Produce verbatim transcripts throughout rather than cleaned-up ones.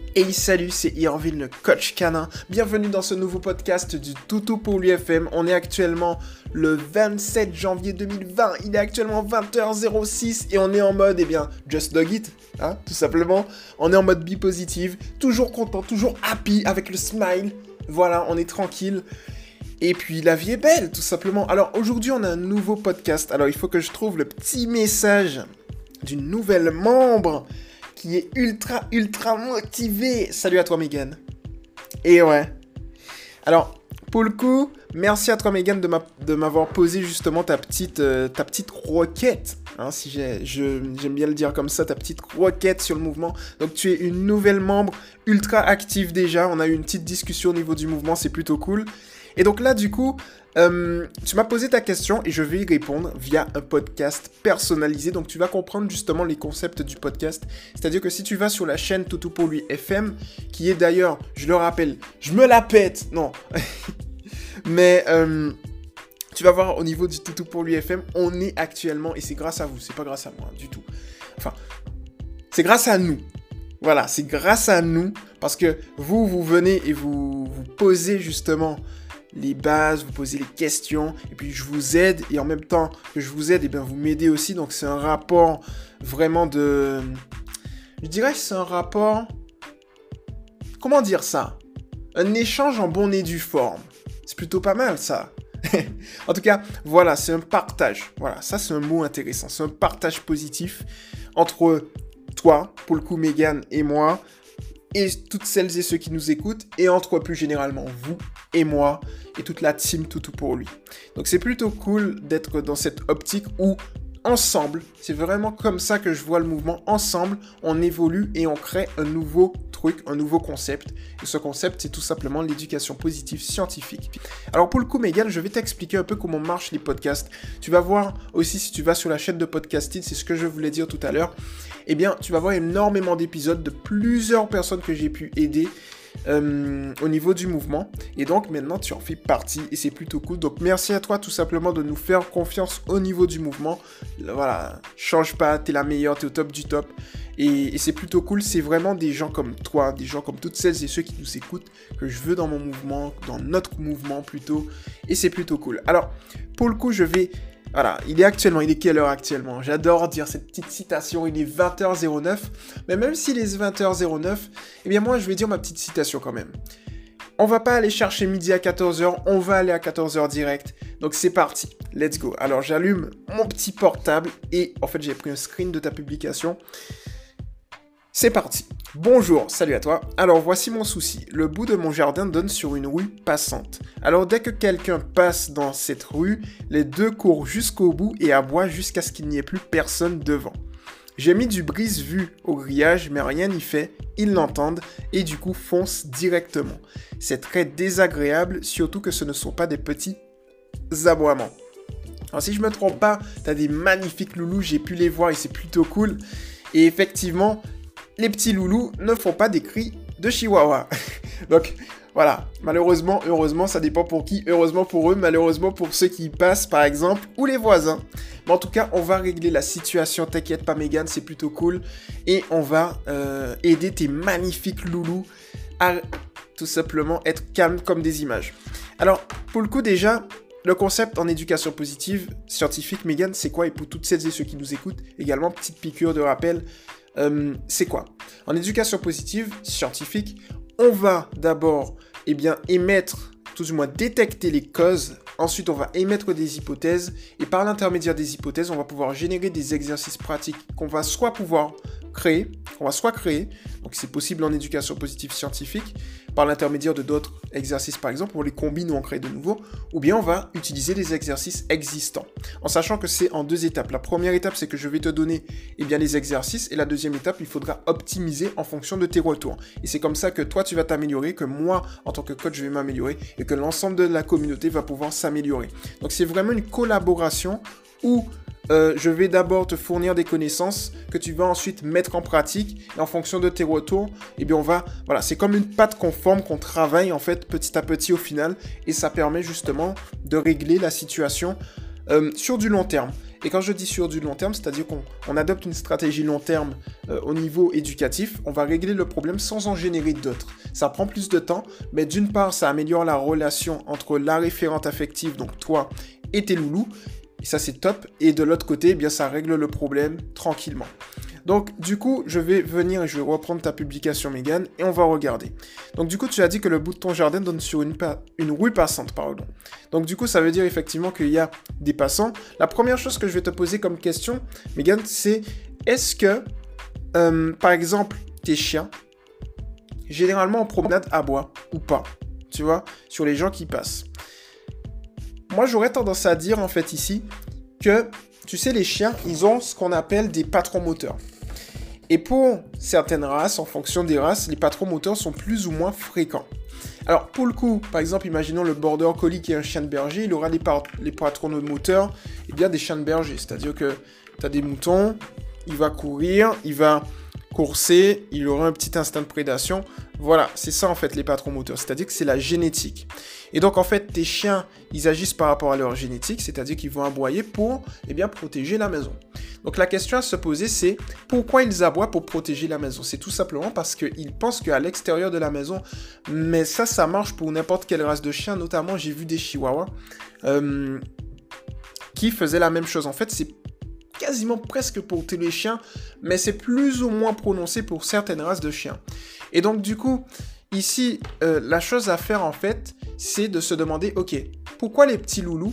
Hey salut, c'est Irvine le coach canin. Bienvenue dans ce nouveau podcast du Toutou pour l'U F M. On est actuellement le vingt-sept janvier deux mille vingt. Il est actuellement vingt heures zéro six et on est en mode, eh bien, just dog it, hein, tout simplement. On est en mode be positive, toujours content, toujours happy avec le smile. Voilà, on est tranquille. Et puis la vie est belle, tout simplement. Alors aujourd'hui, on a un nouveau podcast. Alors il faut que je trouve le petit message d'une nouvelle membre qui est ultra, ultra motivée. Salut à toi, Megan. Et ouais. Alors, pour le coup, merci à toi, Megan, de, m'a, de m'avoir posé justement ta petite, euh, ta petite requête. Hein, si j'ai, je, j'aime bien le dire comme ça, ta petite requête sur le mouvement. Donc, tu es une nouvelle membre ultra active déjà. On a eu une petite discussion au niveau du mouvement, c'est plutôt cool. Et donc là, du coup, euh, tu m'as posé ta question et je vais y répondre via un podcast personnalisé. Donc, tu vas comprendre justement les concepts du podcast. C'est-à-dire que si tu vas sur la chaîne Toutou pour lui F M, qui est d'ailleurs, je le rappelle, je me la pète, non. Mais euh, tu vas voir au niveau du Toutou pour lui F M, on est actuellement, et c'est grâce à vous, c'est pas grâce à moi du tout. Enfin, c'est grâce à nous. Voilà, c'est grâce à nous parce que vous, vous venez et vous, vous posez justement les bases, vous posez les questions, et puis je vous aide, et en même temps que je vous aide, et bien vous m'aidez aussi, donc c'est un rapport vraiment de... Je dirais que c'est un rapport... Comment dire ça? Un échange en bonne et due forme. C'est plutôt pas mal, ça. En tout cas, voilà, c'est un partage. Voilà, ça c'est un mot intéressant. C'est un partage positif entre toi, pour le coup, Megan et moi, et toutes celles et ceux qui nous écoutent, et entre plus généralement vous et moi, et toute la team Toutou pour lui. Donc c'est plutôt cool d'être dans cette optique où, ensemble, c'est vraiment comme ça que je vois le mouvement, ensemble, on évolue et on crée un nouveau truc, un nouveau concept. Et ce concept, c'est tout simplement l'éducation positive scientifique. Alors pour le coup, Megan, je vais t'expliquer un peu comment marchent les podcasts. Tu vas voir aussi, si tu vas sur la chaîne de Podcasting, c'est ce que je voulais dire tout à l'heure, eh bien, tu vas voir énormément d'épisodes de plusieurs personnes que j'ai pu aider euh, au niveau du mouvement. Et donc, maintenant, tu en fais partie et c'est plutôt cool. Donc, merci à toi tout simplement de nous faire confiance au niveau du mouvement. Voilà, change pas, t'es la meilleure, t'es au top du top. Et, et c'est plutôt cool. C'est vraiment des gens comme toi, des gens comme toutes celles et ceux qui nous écoutent que je veux dans mon mouvement, dans notre mouvement plutôt. Et c'est plutôt cool. Alors, pour le coup, je vais... Voilà, il est actuellement, il est quelle heure actuellement? J'adore dire cette petite citation, il est vingt heures zéro neuf. Mais même s'il est vingt heures zéro neuf, eh bien moi je vais dire ma petite citation quand même. On va pas aller chercher midi à quatorze heures, on va aller à quatorze heures direct. Donc c'est parti, let's go. Alors j'allume mon petit portable et en fait j'ai pris un screen de ta publication. C'est parti. Bonjour, salut à toi. Alors voici mon souci. Le bout de mon jardin donne sur une rue passante. Alors dès que quelqu'un passe dans cette rue, les deux courent jusqu'au bout et aboient jusqu'à ce qu'il n'y ait plus personne devant. J'ai mis du brise-vue au grillage, mais rien n'y fait. Ils l'entendent et du coup foncent directement. C'est très désagréable, surtout que ce ne sont pas des petits aboiements. Alors si je me trompe pas, t'as des magnifiques loulous, j'ai pu les voir et c'est plutôt cool. Et effectivement, les petits loulous ne font pas des cris de chihuahua. Donc, voilà. Malheureusement, heureusement, ça dépend pour qui. Heureusement pour eux, malheureusement pour ceux qui y passent, par exemple, ou les voisins. Mais en tout cas, on va régler la situation. T'inquiète pas, Megan, c'est plutôt cool. Et on va euh, aider tes magnifiques loulous à tout simplement être calmes comme des images. Alors, pour le coup, déjà... Le concept en éducation positive scientifique, Megan, c'est quoi? Et pour toutes celles et ceux qui nous écoutent, également, petite piqûre de rappel, euh, c'est quoi? En éducation positive scientifique, on va d'abord eh bien, émettre, tout du moins détecter les causes. Ensuite, on va émettre des hypothèses. Et par l'intermédiaire des hypothèses, on va pouvoir générer des exercices pratiques qu'on va soit pouvoir créer, qu'on va soit créer, donc c'est possible en éducation positive scientifique, par l'intermédiaire de d'autres exercices par exemple, on les combine ou on crée de nouveaux, ou bien on va utiliser des exercices existants, en sachant que c'est en deux étapes. La première étape, c'est que je vais te donner eh bien, les exercices, et la deuxième étape, il faudra optimiser en fonction de tes retours. Et c'est comme ça que toi, tu vas t'améliorer, que moi, en tant que coach, je vais m'améliorer, et que l'ensemble de la communauté va pouvoir s'améliorer. Donc c'est vraiment une collaboration où Euh, je vais d'abord te fournir des connaissances que tu vas ensuite mettre en pratique et en fonction de tes retours, eh bien on va, voilà, c'est comme une pâte conforme qu'on travaille en fait petit à petit au final et ça permet justement de régler la situation euh, sur du long terme. Et quand je dis sur du long terme, c'est-à-dire qu'on on adopte une stratégie long terme euh, au niveau éducatif, on va régler le problème sans en générer d'autres. Ça prend plus de temps, mais d'une part, ça améliore la relation entre la référente affective, donc toi, et tes loulous. Et ça, c'est top. Et de l'autre côté, eh bien, ça règle le problème tranquillement. Donc, du coup, je vais venir et je vais reprendre ta publication, Megan, et on va regarder. Donc, du coup, tu as dit que le bout de ton jardin donne sur une, pa- une rue passante, pardon. Donc, du coup, ça veut dire effectivement qu'il y a des passants. La première chose que je vais te poser comme question, Megan, c'est est-ce que, euh, par exemple, tes chiens, généralement en promenade, aboient ou pas, tu vois, sur les gens qui passent. Moi, j'aurais tendance à dire, en fait, ici, que, tu sais, les chiens, ils ont ce qu'on appelle des patrons moteurs. Et pour certaines races, en fonction des races, les patrons moteurs sont plus ou moins fréquents. Alors, pour le coup, par exemple, imaginons le Border Collie qui est un chien de berger, il aura les, par- les patrons moteurs, et bien des chiens de berger. C'est-à-dire que tu as des moutons, il va courir, il va courser, il aura un petit instinct de prédation. Voilà, c'est ça en fait les patrons moteurs, c'est-à-dire que c'est la génétique. Et donc en fait, tes chiens, ils agissent par rapport à leur génétique, c'est-à-dire qu'ils vont aboyer pour, eh bien, protéger la maison. Donc la question à se poser, c'est pourquoi ils aboient pour protéger la maison? C'est tout simplement parce qu'ils pensent qu'à l'extérieur de la maison, mais ça, ça marche pour n'importe quelle race de chien, notamment j'ai vu des chihuahuas euh, qui faisaient la même chose. En fait, c'est quasiment presque pour tous les chiens, mais c'est plus ou moins prononcé pour certaines races de chiens. Et donc du coup, ici, euh, la chose à faire en fait, c'est de se demander, ok, pourquoi les petits loulous,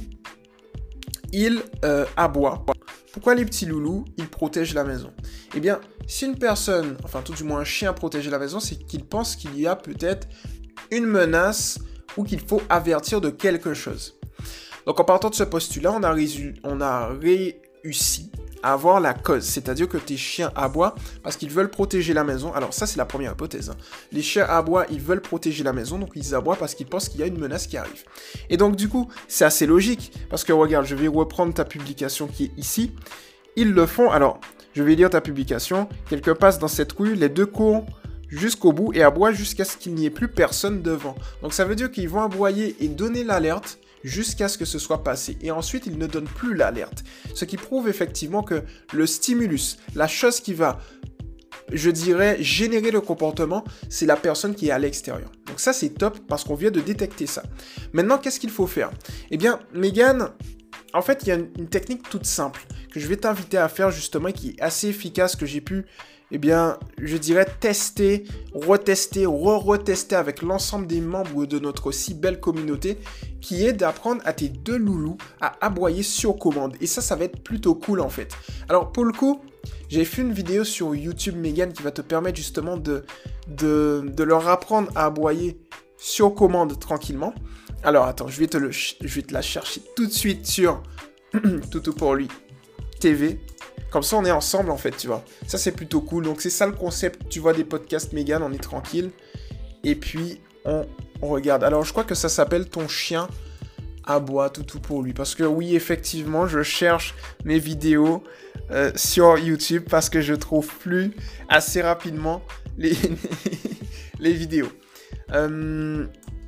ils euh, aboient? Pourquoi les petits loulous, ils protègent la maison? Eh bien, si une personne, enfin tout du moins un chien protège la maison, c'est qu'il pense qu'il y a peut-être une menace ou qu'il faut avertir de quelque chose. Donc en partant de ce postulat, on a, résu- on a réussi à avoir la cause, c'est-à-dire que tes chiens aboient parce qu'ils veulent protéger la maison. Alors ça, c'est la première hypothèse. Hein. Les chiens aboient, ils veulent protéger la maison, donc ils aboient parce qu'ils pensent qu'il y a une menace qui arrive. Et donc du coup, c'est assez logique, parce que regarde, je vais reprendre ta publication qui est ici. Ils le font, alors, je vais lire ta publication. Quelque part dans cette rue, les deux courent jusqu'au bout et aboient jusqu'à ce qu'il n'y ait plus personne devant. Donc ça veut dire qu'ils vont aboyer et donner l'alerte jusqu'à ce que ce soit passé. Et ensuite, ils ne donnent plus l'alerte. Ce qui prouve effectivement que le stimulus, la chose qui va, je dirais, générer le comportement, c'est la personne qui est à l'extérieur. Donc ça, c'est top parce qu'on vient de détecter ça. Maintenant, qu'est-ce qu'il faut faire? Eh bien, Megan, en fait, il y a une, une technique toute simple que je vais t'inviter à faire justement, qui est assez efficace, que j'ai pu, eh bien, je dirais tester, retester, re-retester avec l'ensemble des membres de notre si belle communauté, qui est d'apprendre à tes deux loulous à aboyer sur commande. Et ça, ça va être plutôt cool en fait. Alors pour le coup, j'ai fait une vidéo sur YouTube, Megan, qui va te permettre justement de, de, de leur apprendre à aboyer sur commande tranquillement. Alors attends, je vais te, le, je vais te la chercher tout de suite sur Toutou pour lui T V. Comme ça, on est ensemble, en fait, tu vois. Ça, c'est plutôt cool. Donc, c'est ça le concept, tu vois, des podcasts Megan. On est tranquille. Et puis, on, on regarde. Alors, je crois que ça s'appelle Ton chien aboie Toutou pour lui. Parce que, oui, effectivement, je cherche mes vidéos euh, sur YouTube parce que je trouve plus assez rapidement les, les vidéos. Euh,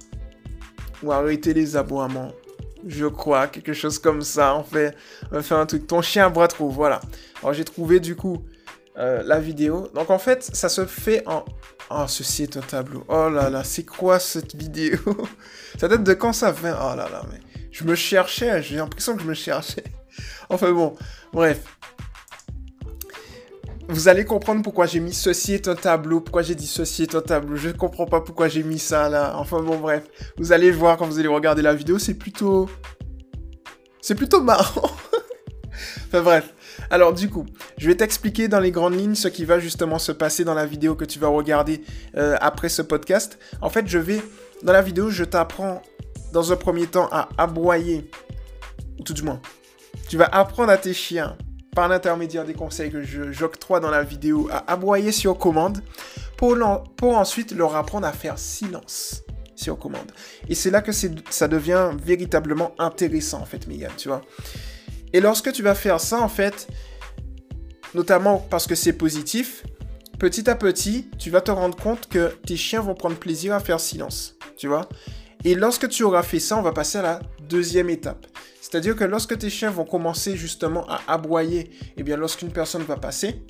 ou arrêter les aboiements. Je crois, quelque chose comme ça, on fait, on fait un truc. Ton chien aboie trop, voilà. Alors j'ai trouvé du coup euh, la vidéo. Donc en fait, ça se fait en... Oh, ceci est un tableau. Oh là là, c'est quoi cette vidéo? Ça date de quand ça fait? Oh là là, mais... Je me cherchais, j'ai l'impression que je me cherchais. Enfin bon, bref. Vous allez comprendre pourquoi j'ai mis ceci est un tableau, pourquoi j'ai dit ceci est un tableau. Je ne comprends pas pourquoi j'ai mis ça là. Enfin bon, bref. Vous allez voir quand vous allez regarder la vidéo, c'est plutôt... C'est plutôt marrant. Enfin bref. Alors du coup, je vais t'expliquer dans les grandes lignes ce qui va justement se passer dans la vidéo que tu vas regarder euh, après ce podcast. En fait, je vais... Dans la vidéo, je t'apprends dans un premier temps à aboyer. Ou tout du moins, tu vas apprendre à tes chiens, par l'intermédiaire des conseils que je, j'octroie dans la vidéo, à aboyer sur commande, pour, pour ensuite leur apprendre à faire silence sur commande. Et c'est là que c'est, ça devient véritablement intéressant, en fait, Megan, tu vois. Et lorsque tu vas faire ça, en fait, notamment parce que c'est positif, petit à petit, tu vas te rendre compte que tes chiens vont prendre plaisir à faire silence, tu vois. Et lorsque tu auras fait ça, on va passer à la deuxième étape. C'est-à-dire que lorsque tes chiens vont commencer justement à aboyer, eh bien lorsqu'une personne va passer,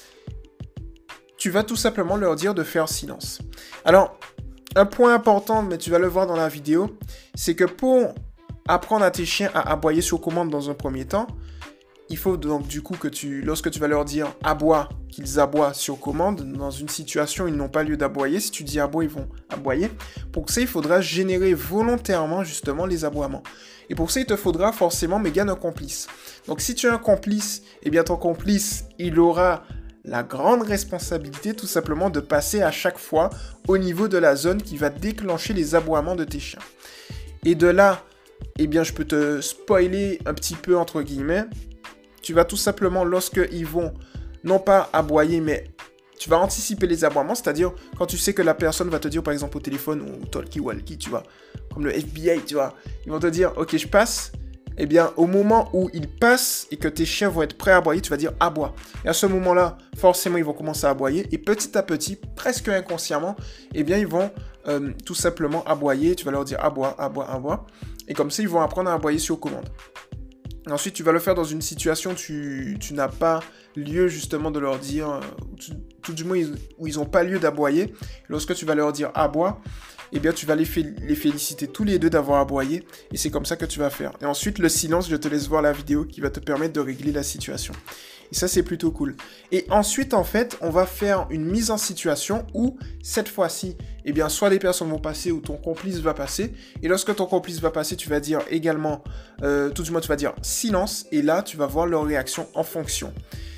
tu vas tout simplement leur dire de faire silence. Alors, un point important, mais tu vas le voir dans la vidéo, c'est que pour apprendre à tes chiens à aboyer sur commande dans un premier temps, il faut donc du coup que tu, lorsque tu vas leur dire aboie, qu'ils aboient sur commande, dans une situation où ils n'ont pas lieu d'aboyer, si tu dis aboie, ils vont aboyer. Pour ça, il faudra générer volontairement justement les aboiements. Et pour ça, il te faudra forcément, Megan, un complice. Donc si tu as un complice, eh bien ton complice, il aura la grande responsabilité tout simplement de passer à chaque fois au niveau de la zone qui va déclencher les aboiements de tes chiens. Et de là, eh bien je peux te spoiler un petit peu entre guillemets. Tu vas tout simplement, lorsqu'ils vont, non pas aboyer, mais tu vas anticiper les aboiements, c'est-à-dire quand tu sais que la personne va te dire, par exemple au téléphone ou talkie-walkie, tu vois, comme le F B I, tu vois, ils vont te dire, ok, je passe, eh bien, au moment où ils passent et que tes chiens vont être prêts à aboyer, tu vas dire aboie. Et à ce moment-là, forcément, ils vont commencer à aboyer, et petit à petit, presque inconsciemment, eh bien, ils vont euh, tout simplement aboyer, tu vas leur dire aboie, aboie, aboie, et comme ça, ils vont apprendre à aboyer sur commande. Ensuite, tu vas le faire dans une situation où tu, tu n'as pas lieu justement de leur dire, euh, tout, tout du moins ils, où ils n'ont pas lieu d'aboyer. Lorsque tu vas leur dire aboie, eh bien tu vas les, fé- les féliciter tous les deux d'avoir aboyé. Et c'est comme ça que tu vas faire. Et ensuite, le silence, je te laisse voir la vidéo qui va te permettre de régler la situation. Et ça, c'est plutôt cool. Et ensuite, en fait, on va faire une mise en situation où, cette fois-ci, eh bien, soit les personnes vont passer ou ton complice va passer. Et lorsque ton complice va passer, tu vas dire également, euh, tout du moins, tu vas dire silence. Et là, tu vas voir leur réaction en fonction.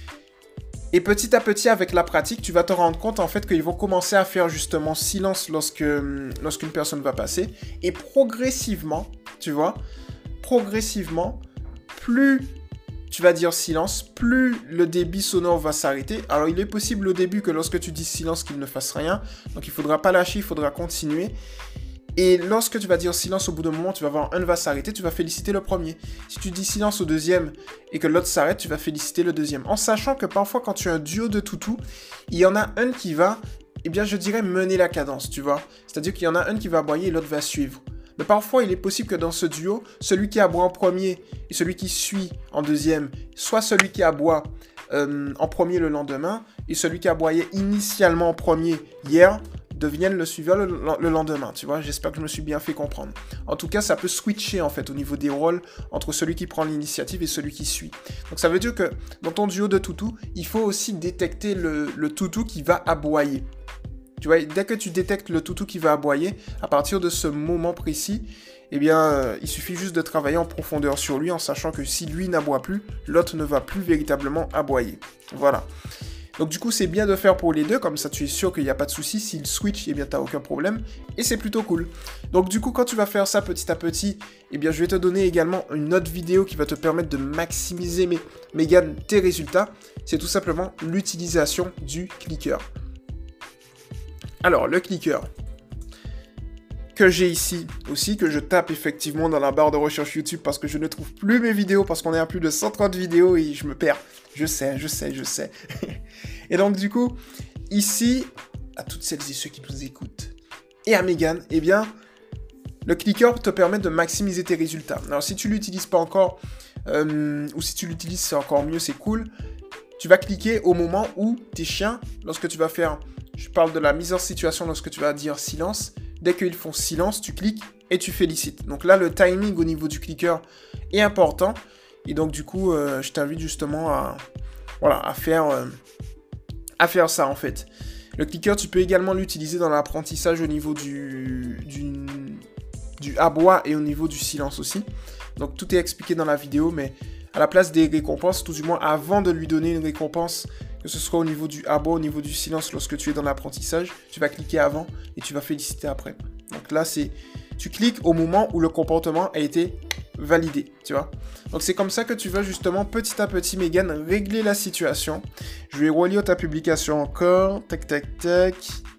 Et petit à petit, avec la pratique, tu vas te rendre compte, en fait, qu'ils vont commencer à faire justement silence lorsque, lorsqu'une personne va passer. Et progressivement, tu vois, progressivement, plus tu vas dire silence, plus le débit sonore va s'arrêter. Alors, il est possible au début que lorsque tu dis silence, qu'il ne fasse rien. Donc, il ne faudra pas lâcher, il faudra continuer. Et lorsque tu vas dire silence, au bout d'un moment, tu vas voir un va s'arrêter, tu vas féliciter le premier. Si tu dis silence au deuxième et que l'autre s'arrête, tu vas féliciter le deuxième. En sachant que parfois, quand tu as un duo de toutous, il y en a un qui va, eh bien, je dirais, mener la cadence, tu vois. C'est-à-dire qu'il y en a un qui va aboyer et l'autre va suivre. Mais parfois, il est possible que dans ce duo, celui qui aboie en premier et celui qui suit en deuxième, soit celui qui aboie euh, en premier le lendemain et celui qui aboyait initialement en premier hier devienne le suivant le, le lendemain, tu vois. J'espère que je me suis bien fait comprendre. En tout cas, ça peut switcher, en fait, au niveau des rôles entre celui qui prend l'initiative et celui qui suit. Donc, ça veut dire que dans ton duo de toutous, il faut aussi détecter le, le toutou qui va aboyer. Tu vois, dès que tu détectes le toutou qui va aboyer, à partir de ce moment précis, eh bien, euh, il suffit juste de travailler en profondeur sur lui, en sachant que si lui n'aboie plus, l'autre ne va plus véritablement aboyer. Voilà. Donc du coup, c'est bien de faire pour les deux, comme ça tu es sûr qu'il n'y a pas de souci. S'il switch, eh bien, tu n'as aucun problème, et c'est plutôt cool. Donc du coup, quand tu vas faire ça petit à petit, eh bien, je vais te donner également une autre vidéo qui va te permettre de maximiser, mes, Megan, tes résultats. C'est tout simplement l'utilisation du clicker. Alors, le clicker que j'ai ici aussi, que je tape effectivement dans la barre de recherche YouTube parce que je ne trouve plus mes vidéos, parce qu'on est à plus de cent trente vidéos et je me perds. Je sais, je sais, je sais. Et donc, du coup, ici, à toutes celles et ceux qui nous écoutent, et à Megan, eh bien, le clicker te permet de maximiser tes résultats. Alors, si tu ne l'utilises pas encore, euh, ou si tu l'utilises, c'est encore mieux, c'est cool. Tu vas cliquer au moment où tes chiens, lorsque tu vas faire... Je parle de la mise en situation lorsque tu vas dire silence. Dès qu'ils font silence, tu cliques et tu félicites. Donc là, le timing au niveau du clicker est important. Et donc, du coup, euh, je t'invite justement à, voilà, à, faire, euh, à faire ça, en fait. Le clicker, tu peux également l'utiliser dans l'apprentissage au niveau du, du, du aboie et au niveau du silence aussi. Donc, tout est expliqué dans la vidéo, mais à la place des récompenses, tout du moins avant de lui donner une récompense, que ce soit au niveau du aboie, au niveau du silence, lorsque tu es dans l'apprentissage, tu vas cliquer avant et tu vas féliciter après. Donc là, c'est tu cliques au moment où le comportement a été validé, tu vois. Donc c'est comme ça que tu vas justement petit à petit, Megan, régler la situation. Je vais relire ta publication encore. Tac, tac, tac.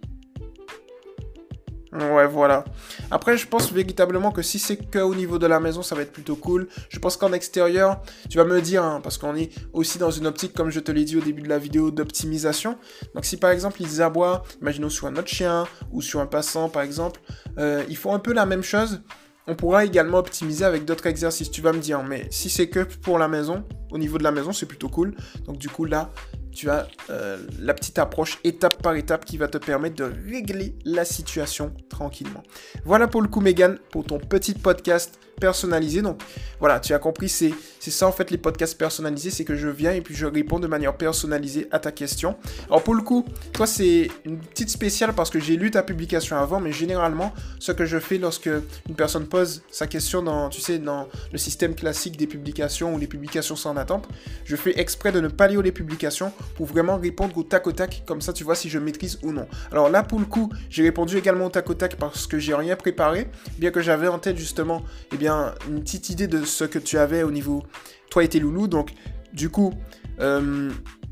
Ouais, voilà. Après, je pense véritablement que si c'est qu'au niveau de la maison, ça va être plutôt cool. Je pense qu'en extérieur, tu vas me dire, hein, parce qu'on est aussi dans une optique, comme je te l'ai dit au début de la vidéo, d'optimisation. Donc si par exemple, ils aboient, imaginons sur un autre chien, ou sur un passant par exemple, euh, ils font un peu la même chose. on pourra également optimiser avec d'autres exercices. Tu vas me dire, mais si c'est que pour la maison, au niveau de la maison, c'est plutôt cool. Donc du coup, là, tu as euh, la petite approche étape par étape qui va te permettre de régler la situation tranquillement. Voilà pour le coup, Megan, pour ton petit podcast personnalisé. Donc voilà, tu as compris, c'est, c'est ça en fait les podcasts personnalisés, c'est que je viens et puis je réponds de manière personnalisée à ta question. Alors pour le coup, toi c'est une petite spéciale parce que j'ai lu ta publication avant, mais généralement, ce que je fais lorsque une personne pose sa question dans, tu sais, dans le système classique des publications ou les publications sans attente, je fais exprès de ne pas lire les publications pour vraiment répondre au tac au tac, comme ça tu vois si je maîtrise ou non. Alors là pour le coup, j'ai répondu également au tac au tac parce que j'ai rien préparé, bien que j'avais en tête justement, eh bien, une petite idée de ce que tu avais au niveau toi et tes loulous. Donc du coup euh,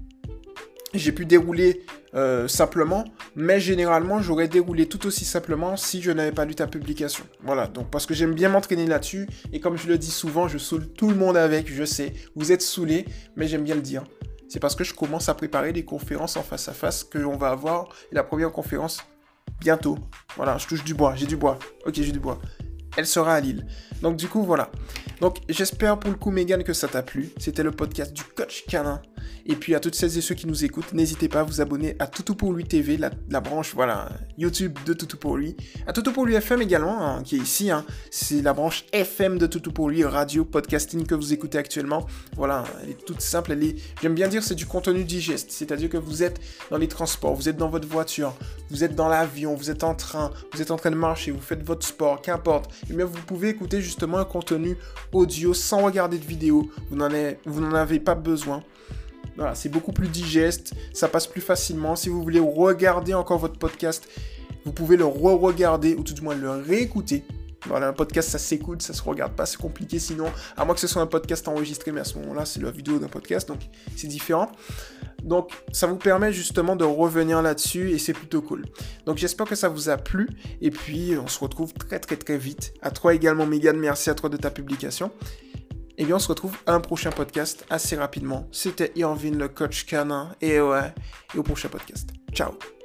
j'ai pu dérouler euh, simplement, mais généralement j'aurais déroulé tout aussi simplement si je n'avais pas lu ta publication. Voilà, donc parce que j'aime bien m'entraîner là-dessus, et comme je le dis souvent, je saoule tout le monde avec, je sais, vous êtes saoulés, mais j'aime bien le dire. C'est parce que je commence à préparer les conférences en face à face que l'on va avoir, et la première conférence bientôt. Voilà, je touche du bois, j'ai du bois. Ok, j'ai du bois. Elle sera à Lille. Donc du coup, voilà. Donc j'espère pour le coup, Megan, que ça t'a plu. C'était le podcast du Coach Canin. Et puis à toutes celles et ceux qui nous écoutent, n'hésitez pas à vous abonner à Toutou pour lui T V, la, la branche, voilà, YouTube de Toutou pour lui. À Toutou pour lui F M également, hein, qui est ici. Hein. C'est la branche F M de Toutou pour lui, radio, podcasting que vous écoutez actuellement. Voilà, elle est toute simple. Elle est, j'aime bien dire, c'est du contenu digeste. C'est-à-dire que vous êtes dans les transports, vous êtes dans votre voiture, vous êtes dans l'avion, vous êtes en train, vous êtes en train de marcher, vous faites votre sport, qu'importe. Et bien vous pouvez écouter justement un contenu audio sans regarder de vidéo. Vous n'en avez, vous n'en avez pas besoin. Voilà, c'est beaucoup plus digeste, ça passe plus facilement. Si vous voulez regarder encore votre podcast, vous pouvez le re-regarder ou tout du moins le réécouter. Voilà, un podcast, ça s'écoute, ça se regarde pas, c'est compliqué sinon, à moins que ce soit un podcast enregistré, mais à ce moment-là, c'est la vidéo d'un podcast, donc c'est différent. Donc, ça vous permet justement de revenir là-dessus et c'est plutôt cool. Donc, j'espère que ça vous a plu et puis on se retrouve très très très vite. À toi également, Megan, merci à toi de ta publication. Et bien, on se retrouve à un prochain podcast assez rapidement. C'était Irvine, le coach canin, et ouais, et au prochain podcast. Ciao.